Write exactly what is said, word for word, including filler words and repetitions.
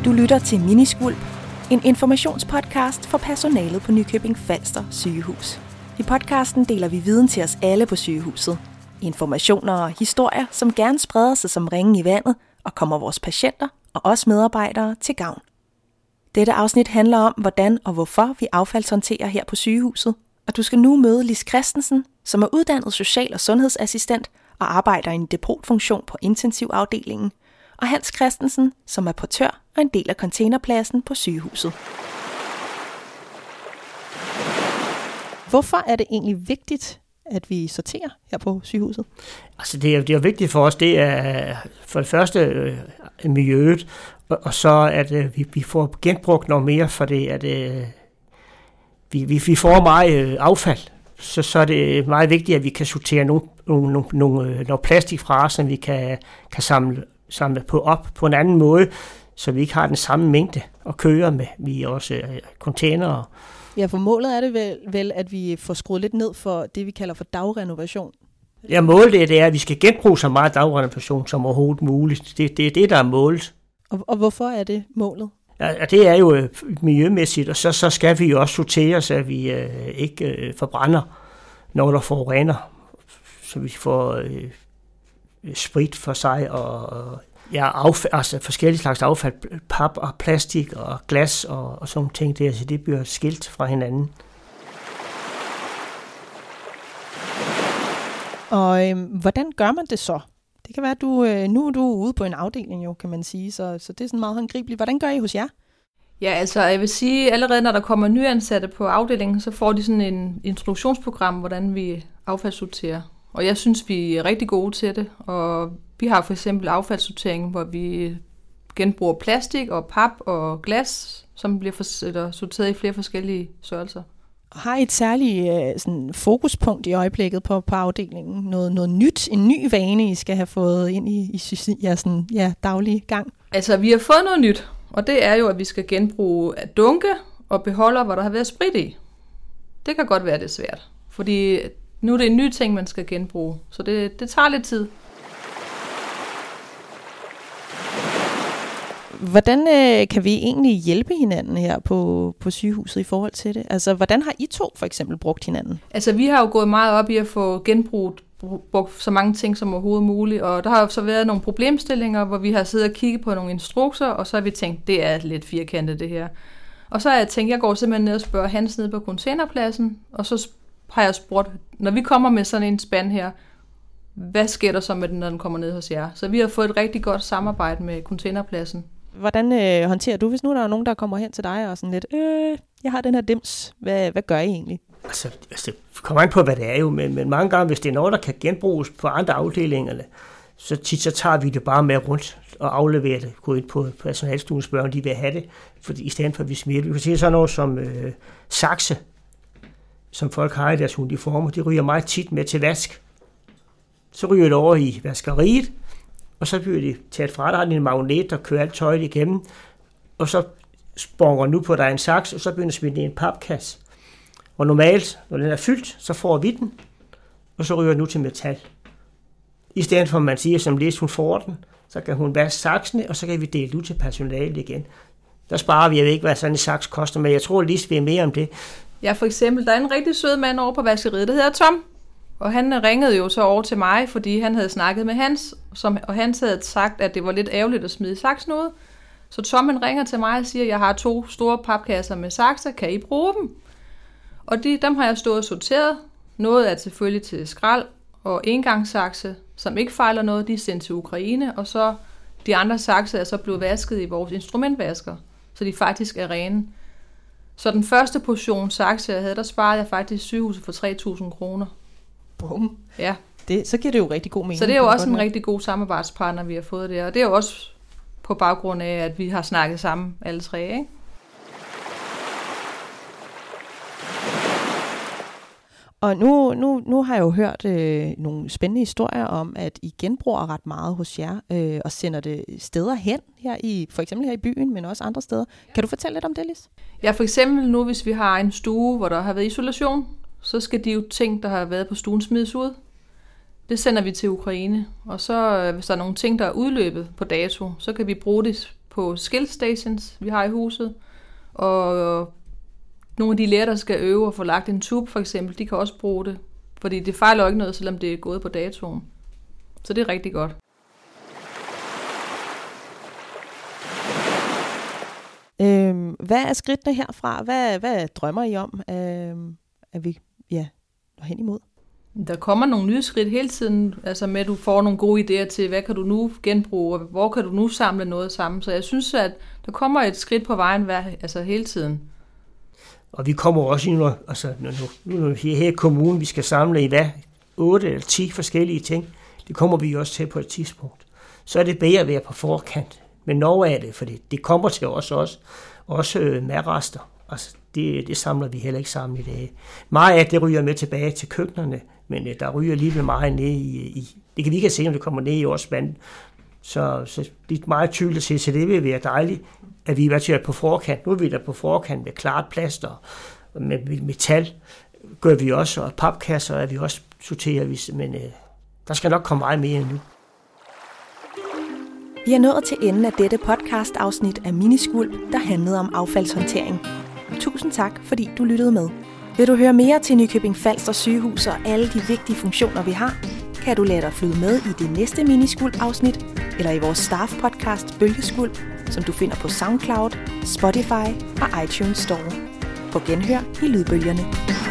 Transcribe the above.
Du lytter til Miniskvulp, en informationspodcast for personalet på Nykøbing Falster Sygehus. I podcasten deler vi viden til os alle på sygehuset. Informationer og historier, som gerne spreder sig som ringen i vandet og kommer vores patienter og os medarbejdere til gavn. Dette afsnit handler om, hvordan og hvorfor vi affaldshåndterer her på sygehuset. Og du skal nu møde Lis Christensen, som er uddannet social- og sundhedsassistent og arbejder i en depotfunktion på intensivafdelingen, og Hans Christensen, som er portør og en del af containerpladsen på sygehuset. Hvorfor er det egentlig vigtigt, at vi sorterer her på sygehuset? Altså det er, det er vigtigt for os, det er for det første øh, miljøet, og, og så at øh, vi, vi får genbrugt noget mere, for det at øh, vi, vi, vi får meget øh, affald, så, så er det meget vigtigt, at vi kan sortere nogle, nogle, nogle, nogle, noget plastik fra, som vi kan, kan samle, samle på op på en anden måde, så vi ikke har den samme mængde at køre med. Vi er også øh, containere. Ja, for målet er det vel, vel, at vi får skruet lidt ned for det, vi kalder for dagrenovation. Ja, målet er, det er, at vi skal genbruge så meget dagrenovation som overhovedet muligt. Det, det er det, der er målet. Og, og hvorfor er det målet? Ja, det er jo øh, miljømæssigt, og så, så skal vi jo også sortere, så vi øh, ikke øh, forbrænder, når der forurener, så vi får øh, sprit for sig og ja, affald, altså forskellige slags affald, pap og plastik og glas og, og sådan ting der, så det bliver skilt fra hinanden. Og øh, hvordan gør man det så? Det kan være, at du, øh, nu er du ude på en afdeling, jo, kan man sige, så, så det er sådan meget håndgribeligt. Hvordan gør I hos jer? Ja, altså jeg vil sige, allerede når der kommer nyansatte på afdelingen, så får de sådan en introduktionsprogram, hvordan vi affaldssorterer. Og jeg synes, vi er rigtig gode til det, og vi har for eksempel affaldssortering, hvor vi genbruger plastik og pap og glas, som bliver sorteret i flere forskellige størrelser. Har I et særligt sådan, fokuspunkt i øjeblikket på, på afdelingen? Noget, noget nyt, en ny vane, I skal have fået ind i, i jeres sådan, ja, daglige gang? Altså, vi har fået noget nyt, og det er jo, at vi skal genbruge dunke og beholder, hvor der har været sprit i. Det kan godt være, det er svært, fordi nu er det en ny ting, man skal genbruge, så det, det tager lidt tid. Hvordan øh, kan vi egentlig hjælpe hinanden her på, på sygehuset i forhold til det? Altså, hvordan har I to for eksempel brugt hinanden? Altså, vi har jo gået meget op i at få genbrugt brugt så mange ting som overhovedet muligt, og der har jo så været nogle problemstillinger, hvor vi har siddet og kigget på nogle instrukser, og så har vi tænkt, det er lidt firkantet det her. Og så har jeg tænkt, jeg går simpelthen ned og spørger Hans nede på containerpladsen, og så har jeg spurgt, når vi kommer med sådan en spand her, hvad sker der så med den, når den kommer ned hos jer? Så vi har fået et rigtig godt samarbejde med containerpladsen. Hvordan øh, håndterer du, hvis nu der er nogen, der kommer hen til dig og sådan lidt, øh, jeg har den her dims, hvad, hvad gør I egentlig? Altså, altså det kommer an på, hvad det er jo, men, men mange gange, hvis det er noget, der kan genbruges på andre afdelinger, så tit så tager vi det bare med rundt og afleverer det, gå ind på personalstuen, spørger, om de vil have det, fordi i stedet for, at vi smider det. Vi kan se sådan noget som øh, sakse, som folk har i deres uniformer, de ryger meget tit med til vask. Så ryger det over i vaskeriet, og så bliver de taget fra, der har en magnet, der kører alt tøjet igennem, og så sponger nu på, at der er en saks, og så begynder at smide den i en papkasse. Og normalt, når den er fyldt, så får vi den, og så ryger den nu til metal. I stedet for, at man siger, som Lis, hun får den, så kan hun vaske saksene, og så kan vi dele ud til personalet igen. Der sparer vi, jeg ved ikke, hvad sådan en saks koster, men jeg tror, Lis vil mere om det. Ja, for eksempel, der er en rigtig sød mand over på vaskeriet, der hedder Tom. Og han ringede jo så over til mig, fordi han havde snakket med Hans, som, og Hans havde sagt, at det var lidt ærgerligt at smide saksen ud. Så Tom han ringer til mig og siger, at jeg har to store papkasser med sakser, kan I bruge dem? Og de, dem har jeg stået og sorteret. Noget er selvfølgelig til skrald og engangssakse, som ikke fejler noget, de er sendt til Ukraine. Og så de andre sakse er så blevet vasket i vores instrumentvasker, så de faktisk er rene. Så den første portion sakse, jeg havde, der sparede jeg faktisk sygehuset for tre tusind kroner. Bum. Ja. Det, så giver det jo rigtig god mening. Så det er jo også en rigtig god samarbejdspartner, vi har fået der. Og det er jo også på baggrund af, at vi har snakket sammen alle tre, ikke? Og nu, nu, nu har jeg jo hørt øh, nogle spændende historier om, at I genbruger ret meget hos jer, øh, og sender det steder hen, her i, for eksempel her i byen, men også andre steder. Kan du fortælle lidt om det, Lis? Ja, for eksempel nu, hvis vi har en stue, hvor der har været isolation, så skal de jo ting, der har været på stuen, smides ud. Det sender vi til Ukraine, og så hvis der er nogle ting, der er udløbet på dato, så kan vi bruge det på skill stations, vi har i huset. Og nogle af de lærere, der skal øve og få lagt en tube for eksempel, de kan også bruge det. Fordi det fejler jo ikke noget, selvom det er gået på datoen. Så det er rigtig godt. Øhm, hvad er skridtene herfra? Hvad, hvad drømmer I om, øhm, at vi ja, når hen imod? Der kommer nogle nye skridt hele tiden, altså med at du får nogle gode idéer til, hvad kan du nu genbruge, og hvor kan du nu samle noget sammen. Så jeg synes, at der kommer et skridt på vejen hver, altså hele tiden. Og vi kommer også i nu, altså nu, nu, nu her i kommunen, vi skal samle i hvad? otte eller ti forskellige ting. Det kommer vi også til på et tidspunkt. Så er det bedre at være på forkant. Men noget af det, for det, det kommer til os også. Også øh, madrester. Altså, det, det samler vi heller ikke sammen i dag. Meget af det ryger med tilbage til køkkenerne, men øh, der ryger alligevel meget ned i, i... Det kan vi ikke se, om det kommer ned i vores vand. Så, så det er meget tydeligt at se, så det vil være dejligt, at vi er til at på forkant. Nu er vi der på forkant med klart plaster, med metal gør vi også, og papkasser er vi også sorterer, men øh, der skal nok komme meget mere nu. Vi er nået til enden af dette podcast-afsnit af Miniskvulp, der handlede om affaldshåndtering. Tusind tak, fordi du lyttede med. Vil du høre mere til Nykøbing Falster Sygehus og alle de vigtige funktioner, vi har, kan du lade dig flyde med i det næste Miniskvulp-afsnit, eller i vores staff-podcast Bølgeskvulp, som du finder på SoundCloud, Spotify og iTunes Store. På genhør i Lydbølgerne.